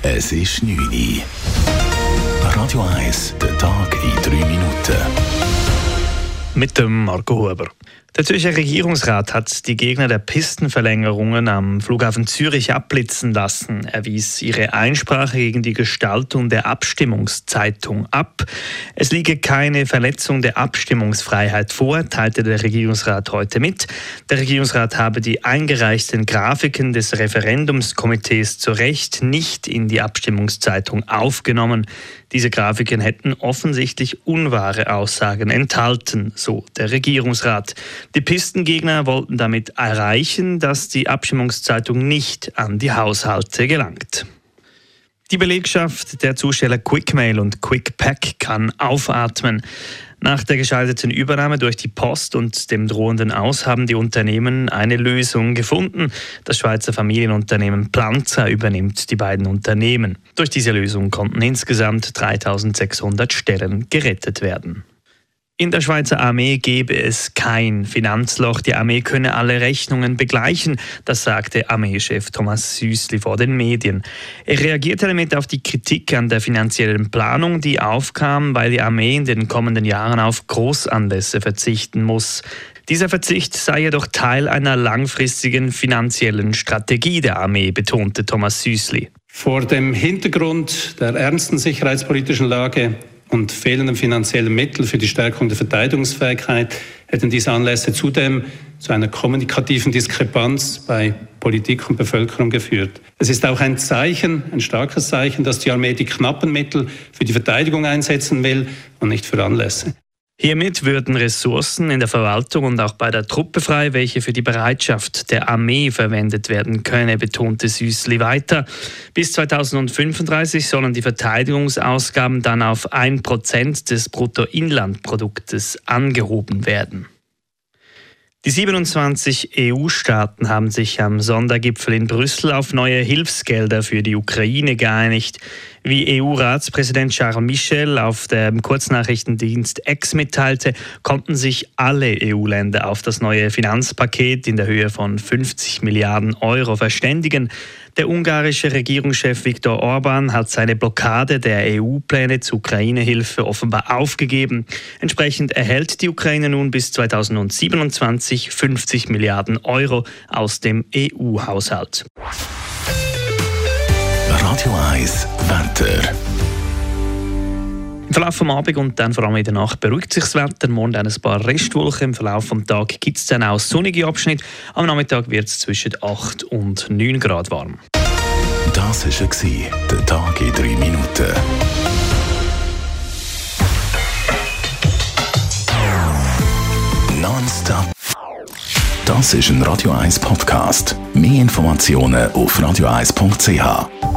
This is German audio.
Es ist 9 Uhr. Radio 1, der Tag in 3 Minuten. Mit dem Marco Huber. Der Zürcher Regierungsrat hat die Gegner der Pistenverlängerungen am Flughafen Zürich abblitzen lassen. Er wies ihre Einsprache gegen die Gestaltung der Abstimmungszeitung ab. Es liege keine Verletzung der Abstimmungsfreiheit vor, teilte der Regierungsrat heute mit. Der Regierungsrat habe die eingereichten Grafiken des Referendumskomitees zu Recht nicht in die Abstimmungszeitung aufgenommen. Diese Grafiken hätten offensichtlich unwahre Aussagen enthalten, so der Regierungsrat. Die Pistengegner wollten damit erreichen, dass die Abstimmungszeitung nicht an die Haushalte gelangt. Die Belegschaft der Zusteller Quickmail und Quickpack kann aufatmen. Nach der gescheiterten Übernahme durch die Post und dem drohenden Aus haben die Unternehmen eine Lösung gefunden. Das Schweizer Familienunternehmen Planza übernimmt die beiden Unternehmen. Durch diese Lösung konnten insgesamt 3.600 Stellen gerettet werden. In der Schweizer Armee gebe es kein Finanzloch. Die Armee könne alle Rechnungen begleichen, das sagte Armeechef Thomas Süssli vor den Medien. Er reagierte damit auf die Kritik an der finanziellen Planung, die aufkam, weil die Armee in den kommenden Jahren auf Großanlässe verzichten muss. Dieser Verzicht sei jedoch Teil einer langfristigen finanziellen Strategie der Armee, betonte Thomas Süssli. Vor dem Hintergrund der ernsten sicherheitspolitischen Lage und fehlenden finanziellen Mittel für die Stärkung der Verteidigungsfähigkeit hätten diese Anlässe zudem zu einer kommunikativen Diskrepanz bei Politik und Bevölkerung geführt. Es ist auch ein starkes Zeichen, dass die Armee die knappen Mittel für die Verteidigung einsetzen will und nicht für Anlässe. Hiermit würden Ressourcen in der Verwaltung und auch bei der Truppe frei, welche für die Bereitschaft der Armee verwendet werden könne, betonte Süssli weiter. Bis 2035 sollen die Verteidigungsausgaben dann auf 1% des Bruttoinlandproduktes angehoben werden. Die 27 EU-Staaten haben sich am Sondergipfel in Brüssel auf neue Hilfsgelder für die Ukraine geeinigt. Wie EU-Ratspräsident Charles Michel auf dem Kurznachrichtendienst X mitteilte, konnten sich alle EU-Länder auf das neue Finanzpaket in der Höhe von 50 Milliarden Euro verständigen. Der ungarische Regierungschef Viktor Orbán hat seine Blockade der EU-Pläne zur Ukraine-Hilfe offenbar aufgegeben. Entsprechend erhält die Ukraine nun bis 2027 50 Milliarden Euro aus dem EU-Haushalt. Radio 1 Wetter. Im Verlauf des Abends und dann vor allem in der Nacht beruhigt sich das Wetter. Morgen dann ein paar Restwolken. Im Verlauf des Tages gibt es dann auch sonnige Abschnitte. Am Nachmittag wird es zwischen 8 und 9 Grad warm. Das war der Tag in 3 Minuten. Nonstop. Das ist ein Radio 1 Podcast. Mehr Informationen auf radio1.ch.